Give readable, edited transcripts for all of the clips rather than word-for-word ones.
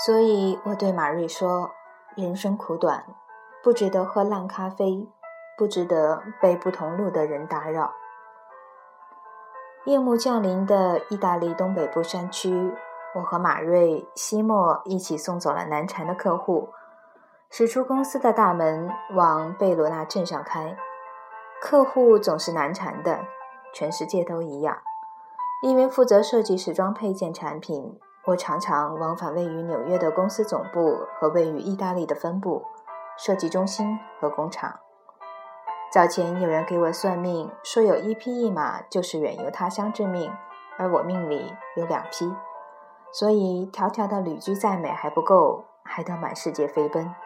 所以我对马瑞说，人生苦短，不值得喝烂咖啡，不值得被不同路的人打扰。夜幕降临的意大利东北部山区，我和马瑞、西莫一起送走了难缠的客户，驶出公司的大门往贝罗纳镇上开。客户总是难缠的，全世界都一样。因为负责设计时装配件产品，我常常往返位于纽约的公司总部和位于意大利的分部、设计中心和工厂。早前有人给我算命，说有一匹一马就是远游他乡之命，而我命里有2匹，所以条条的旅居再美还不够，还得满世界飞奔。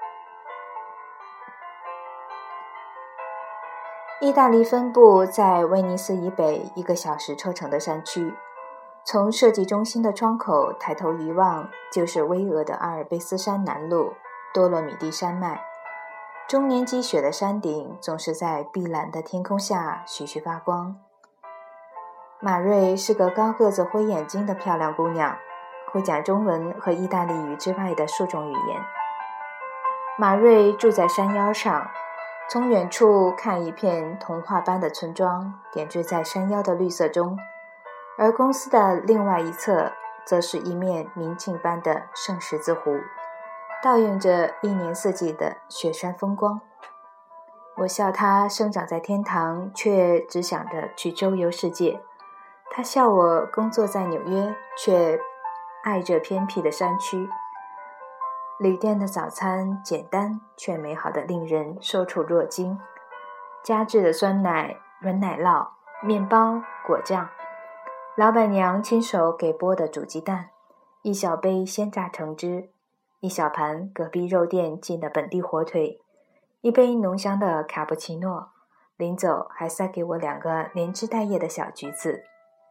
意大利分部在威尼斯以北1个小时车程的山区，从设计中心的窗口抬头一望，就是巍峨的阿尔卑斯山南麓多洛米蒂山脉。终年积雪的山顶总是在碧蓝的天空下徐徐发光。马瑞是个高个子灰眼睛的漂亮姑娘，会讲中文和意大利语之外的数种语言。马瑞住在山腰上，从远处看一片童话般的村庄点缀在山腰的绿色中，而公司的另外一侧则是一面明镜般的圣十字湖，倒映着一年四季的雪山风光。我笑他生长在天堂，却只想着去周游世界。他笑我工作在纽约，却爱着偏僻的山区。旅店的早餐简单却美好的令人受宠若惊，加制的酸奶、软奶酪、面包、果酱，老板娘亲手给剥的煮鸡蛋，一小杯鲜榨橙汁，一小盘隔壁肉店进的本地火腿，一杯浓香的卡布奇诺，临走还塞给我2个连枝带叶的小橘子。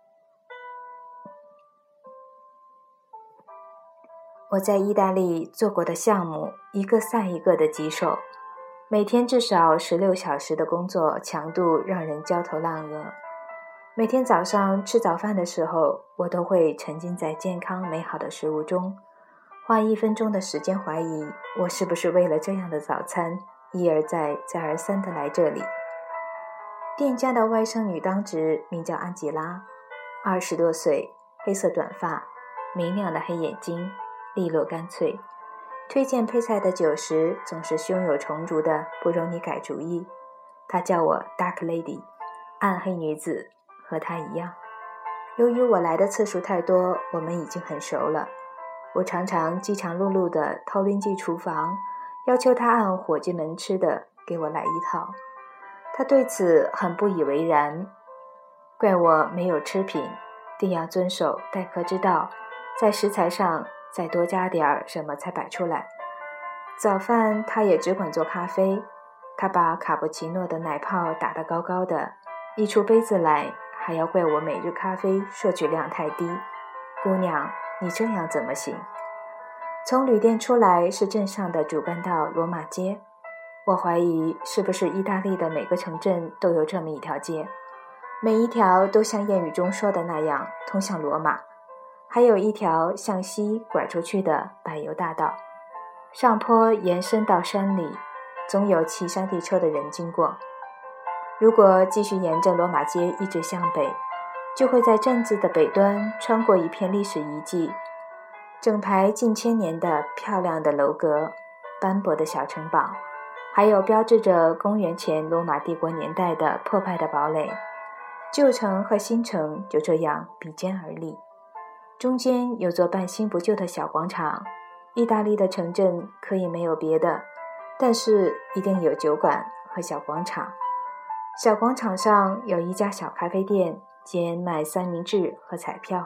我在意大利做过的项目一个赛一个的棘手，每天至少16小时的工作强度让人焦头烂额。每天早上吃早饭的时候，我都会沉浸在健康美好的食物中，花1分钟的时间怀疑我是不是为了这样的早餐一而再再而三地来这里。店家的外甥女当值名叫安吉拉，20多岁，黑色短发，明亮的黑眼睛，利落干脆。推荐配菜的酒时总是胸有成竹的，不容你改主意。她叫我 Dark Lady， 暗黑女子，和她一样。由于我来的次数太多，我们已经很熟了。我常常饥肠辘辘地偷拎进厨房，要求她按伙计们吃的给我来一套。她对此很不以为然，怪我没有吃品，定要遵守待客之道，在食材上再多加点什么才摆出来。早饭他也只管做咖啡，他把卡布奇诺的奶泡打得高高的，一出杯子来还要怪我每日咖啡摄取量太低。姑娘，你这样怎么行？从旅店出来是镇上的主干道罗马街，我怀疑是不是意大利的每个城镇都有这么一条街，每一条都像谚语中说的那样通向罗马。还有一条向西拐出去的柏油大道，上坡延伸到山里，总有骑山地车的人经过。如果继续沿着罗马街一直向北，就会在镇子的北端穿过一片历史遗迹，整排近1000年的漂亮的楼阁，斑驳的小城堡，还有标志着公元前罗马帝国年代的破败的堡垒。旧城和新城就这样比肩而立，中间有座半新不旧的小广场。意大利的城镇可以没有别的，但是一定有酒馆和小广场。小广场上有一家小咖啡店，兼卖三明治和彩票。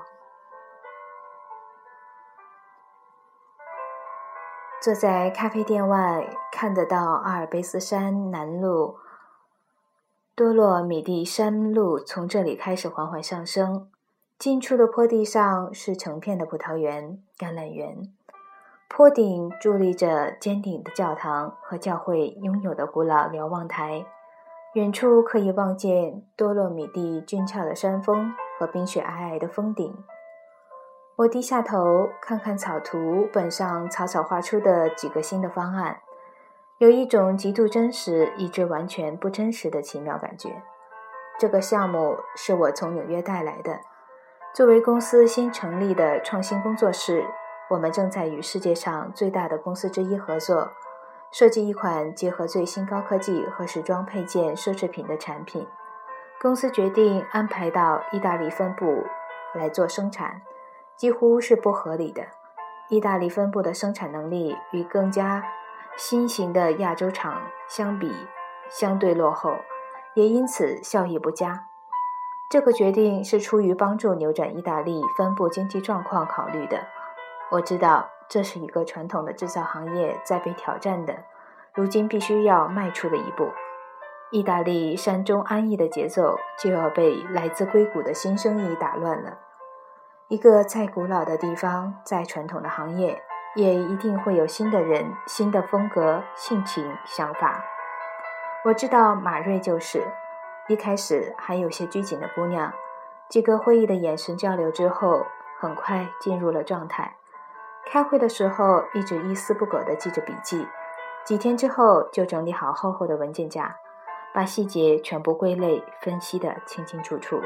坐在咖啡店外，看得到阿尔卑斯山南麓多洛米蒂山路从这里开始缓缓上升，近处的坡地上是成片的葡萄园、橄榄园，坡顶伫立着尖顶的教堂和教会拥有的古老瞭望台，远处可以望见多洛米蒂俊俏的山峰和冰雪皑皑的峰顶。 我低下头看看草图本上草草画出的几个新的方案，有一种极度真实以致完全不真实的奇妙感觉。这个项目是我从纽约带来的，作为公司新成立的创新工作室，我们正在与世界上最大的公司之一合作，设计一款结合最新高科技和时装配件奢侈品的产品。公司决定安排到意大利分部来做生产，几乎是不合理的。意大利分部的生产能力与更加新型的亚洲厂相比相对落后，也因此效益不佳。这个决定是出于帮助扭转意大利分部经济状况考虑的。我知道这是一个传统的制造行业在被挑战的，如今必须要迈出的一步。意大利善终安逸的节奏就要被来自硅谷的新生意打乱了。一个再古老的地方，再传统的行业，也一定会有新的人、新的风格、性情、想法。我知道马瑞就是。一开始还有些拘谨的姑娘，几个会议的眼神交流之后，很快进入了状态。开会的时候一直一丝不苟地记着笔记，几天之后就整理好厚厚的文件夹，把细节全部归类分析得清清楚楚。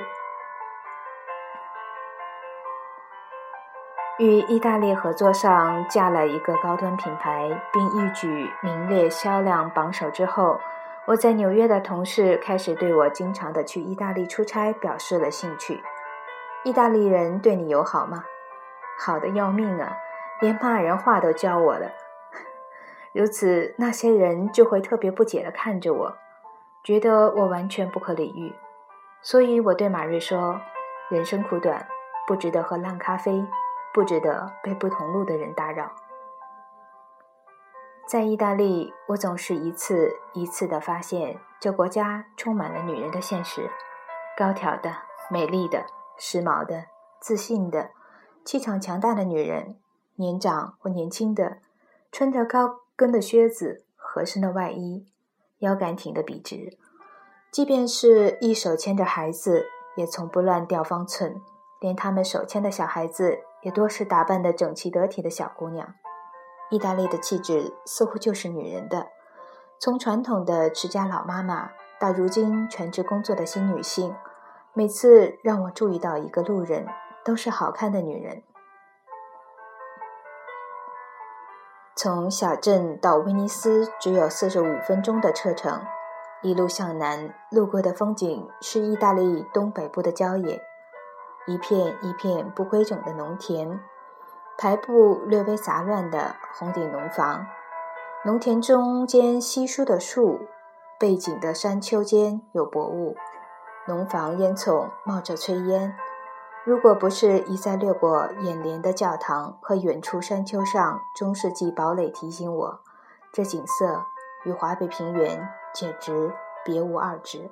与意大利合作上架了一个高端品牌，并一举名列销量榜首之后，我在纽约的同事开始对我经常的去意大利出差表示了兴趣。意大利人对你友好吗？好的要命啊，连骂人话都教我了。如此，那些人就会特别不解地看着我，觉得我完全不可理喻。所以我对马瑞说，人生苦短，不值得喝烂咖啡，不值得被不同路的人打扰。在意大利，我总是一次一次地发现，这国家充满了女人的现实，高挑的、美丽的、时髦的、自信的、气场强大的女人，年长或年轻的，穿着高跟的靴子、合身的外衣，腰杆挺得笔直。即便是一手牵着孩子，也从不乱掉方寸，连他们手牵的小孩子也多是打扮得整齐得体的小姑娘。意大利的气质似乎就是女人的，从传统的持家老妈妈到如今全职工作的新女性，每次让我注意到一个路人，都是好看的女人。从小镇到威尼斯只有45分钟的车程，一路向南，路过的风景是意大利东北部的郊野，一片一片不规整的农田，排布略微杂乱的红顶农房，农田中间稀疏的树，背景的山丘间有薄雾，农房烟囱冒着炊烟。如果不是一再掠过眼帘的教堂和远处山丘上中世纪堡垒提醒我，这景色与华北平原简直别无二致。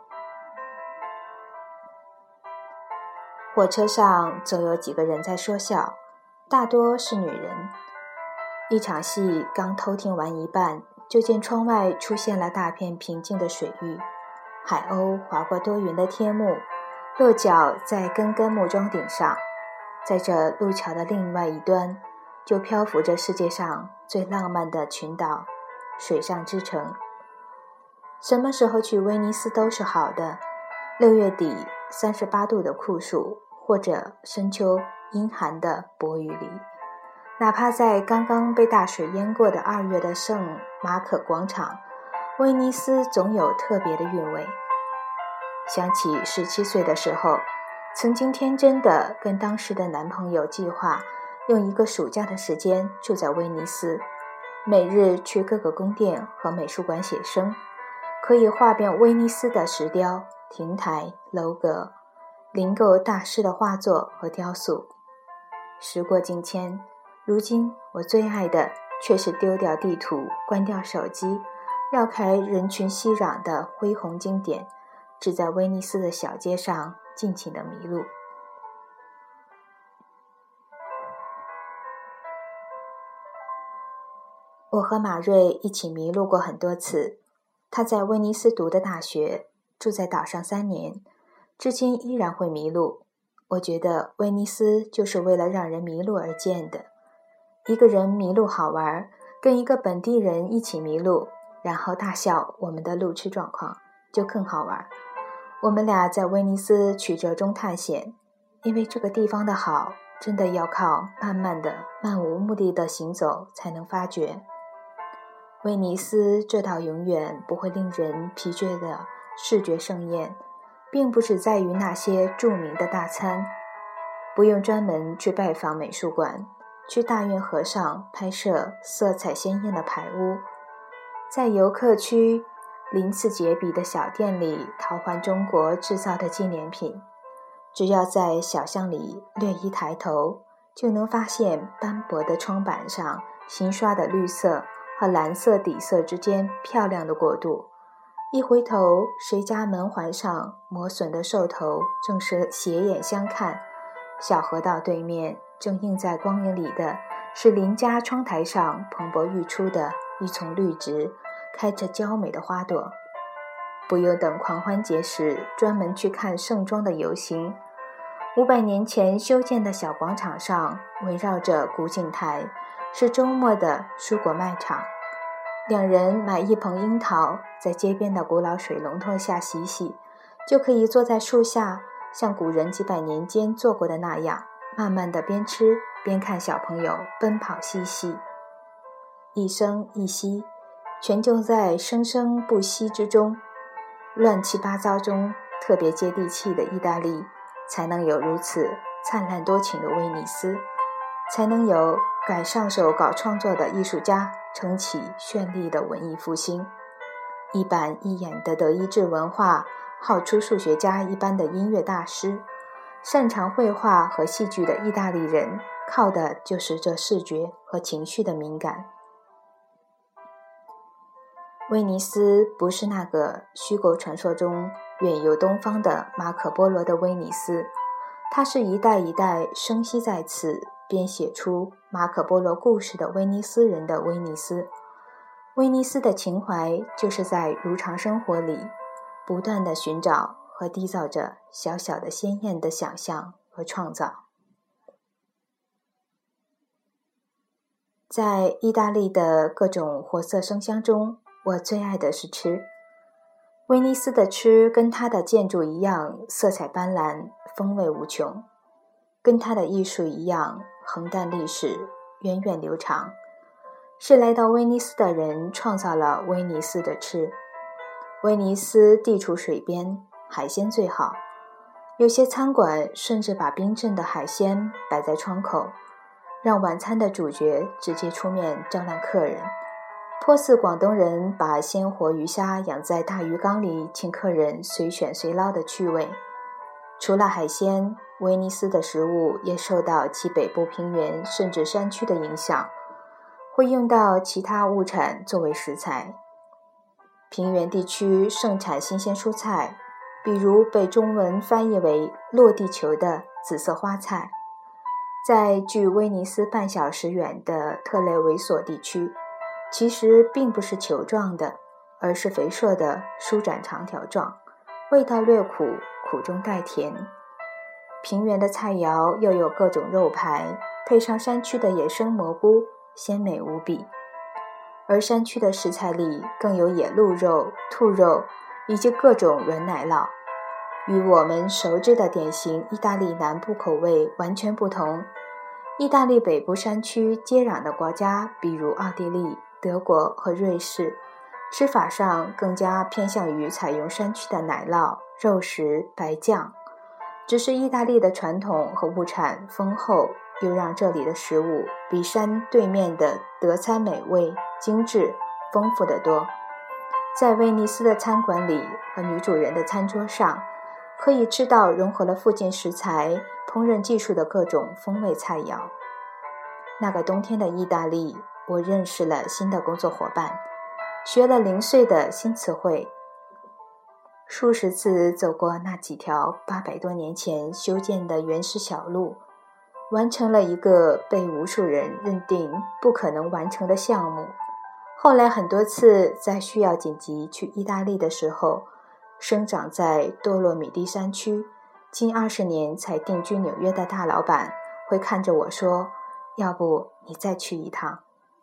火车上总有几个人在说笑，大多是女人。一场戏刚偷听完一半，就见窗外出现了大片平静的水域，海鸥划过多云的天幕，落脚在根根木桩顶上。在这路桥的另外一端，就漂浮着世界上最浪漫的群岛——水上之城。什么时候去威尼斯都是好的，6月底38度的酷暑，或者深秋阴寒的薄雨里，哪怕在刚刚被大水淹过的2月的圣马可广场，威尼斯总有特别的韵味。想起17岁的时候，曾经天真的跟当时的男朋友计划用一个暑假的时间住在威尼斯，每日去各个宫殿和美术馆写生，可以画遍威尼斯的石雕、亭台、楼阁，临购大师的画作和雕塑。时过境迁，如今我最爱的却是丢掉地图，关掉手机，绕开人群熙攘的恢宏经典，只在威尼斯的小街上尽情的迷路。我和马瑞一起迷路过很多次，他在威尼斯读的大学，住在岛上3年，至今依然会迷路。 我觉得威尼斯就是为了让人迷路而建的。一个人迷路好玩，跟一个本地人一起迷路，然后大笑我们的路痴状况，就更好玩。我们俩在威尼斯曲折中探险，因为这个地方的好，真的要靠慢慢的、漫无目的的行走才能发觉。威尼斯这道永远不会令人疲倦的视觉盛宴，并不只在于那些著名的大餐，不用专门去拜访美术馆，去大运河上拍摄色彩鲜艳的排污，在游客区鳞次栉比的小店里淘换中国制造的纪念品。只要在小巷里略一抬头，就能发现斑驳的窗板上新刷的绿色和蓝色底色之间漂亮的过渡。一回头，谁家门环上磨损的兽头正是斜眼相看，小河道对面正映在光影里的是邻家窗台上蓬勃欲出的一丛绿植，开着娇美的花朵。不用等狂欢节时专门去看盛装的游行，500年前修建的小广场上围绕着古井台，是周末的蔬果卖场。2人买一捧樱桃，在街边的古老水龙头下洗洗，就可以坐在树下，像古人几百年间做过的那样，慢慢的边吃边看小朋友奔跑嬉戏。一生一息，全就在生生不息之中。乱七八糟中特别接地气的意大利，才能有如此灿烂多情的威尼斯，才能有敢上手搞创作的艺术家撑起绚丽的文艺复兴。一板一眼的德意志文化，号出数学家一般的音乐大师，擅长绘画和戏剧的意大利人，靠的就是这视觉和情绪的敏感。威尼斯不是那个虚构传说中远游东方的马可波罗的威尼斯，它是一代一代生息在此，编写出马可波罗故事的威尼斯人的威尼斯。威尼斯的情怀就是在日常生活里不断地寻找和缔造着小小的鲜艳的想象和创造。在意大利的各种活色生香中，我最爱的是吃。威尼斯的吃跟它的建筑一样色彩斑斓，风味无穷，跟它的艺术一样横淡历史，源远流长。是来到威尼斯的人创造了威尼斯的吃。威尼斯地处水边，海鲜最好，有些餐馆甚至把冰镇的海鲜摆在窗口，让晚餐的主角直接出面招揽客人，颇似广东人把鲜活鱼虾养在大鱼缸里请客人随选随捞的趣味。除了海鲜，威尼斯的食物也受到其北部平原甚至山区的影响，会用到其他物产作为食材。平原地区盛产新鲜蔬菜，比如被中文翻译为落地球的紫色花菜。在距威尼斯半小时远的特雷维索地区，其实并不是球状的，而是肥硕的舒展长条状，味道略苦，苦中带甜。平原的菜肴又有各种肉排，配上山区的野生蘑菇，鲜美无比。而山区的食材里更有野鹿肉、兔肉以及各种软奶酪，与我们熟知的典型意大利南部口味完全不同。意大利北部山区接壤的国家，比如奥地利、德国和瑞士，吃法上更加偏向于采用山区的奶酪、肉食、白酱。只是意大利的传统和物产丰厚，又让这里的食物比山对面的德餐美味、精致、丰富得多。在威尼斯的餐馆里和女主人的餐桌上，可以吃到融合了附近食材、烹饪技术的各种风味菜肴。那个冬天的意大利，我认识了新的工作伙伴，学了零碎的新词汇，数十次走过那几条800多年前修建的原始小路，完成了一个被无数人认定不可能完成的项目。后来很多次在需要紧急去意大利的时候，生长在多洛米蒂山区， 近20年才定居纽约的大老板会看着我说，要不你再去一趟。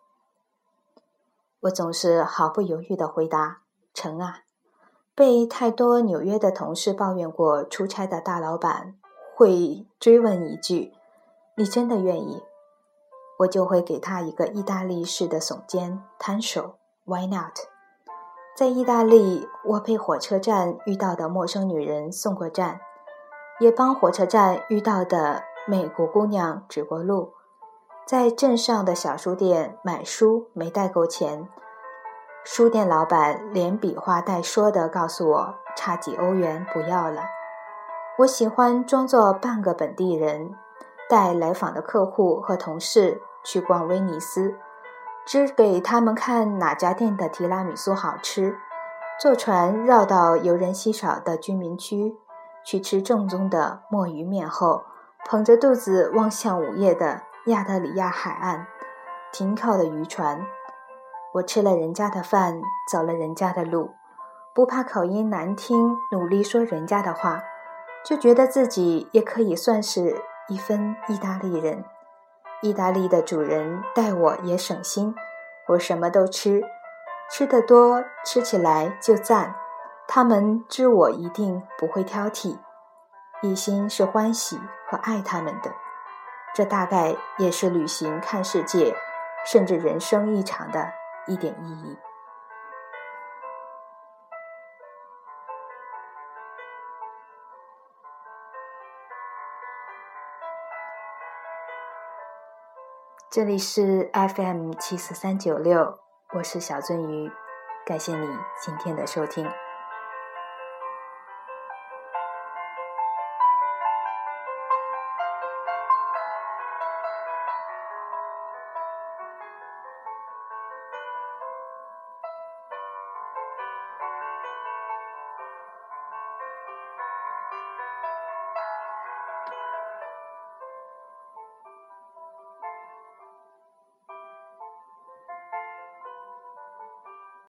我总是毫不犹豫地回答，成啊。被太多纽约的同事抱怨过出差的大老板会追问一句，你真的愿意？我就会给他一个意大利式的耸肩摊手 Why not？ 在意大利，我被火车站遇到的陌生女人送过站，也帮火车站遇到的美国姑娘指过路。在镇上的小书店买书没带够钱，书店老板连比划带说的告诉我差几欧元不要了。我喜欢装作半个本地人，带来访的客户和同事去逛威尼斯，只给他们看哪家店的提拉米苏好吃，坐船绕到游人稀少的居民区，去吃正宗的墨鱼面后，捧着肚子望向午夜的亚得里亚海岸停靠的渔船。我吃了人家的饭，走了人家的路，不怕口音难听，努力说人家的话，就觉得自己也可以算是一分意大利人。意大利的主人待我也省心，我什么都吃，吃得多，吃起来就赞。他们知我一定不会挑剔，一心是欢喜和爱他们的。这大概也是旅行看世界，甚至人生一场的一点意义。这里是 FM 74396，我是小鳟鱼，感谢你今天的收听。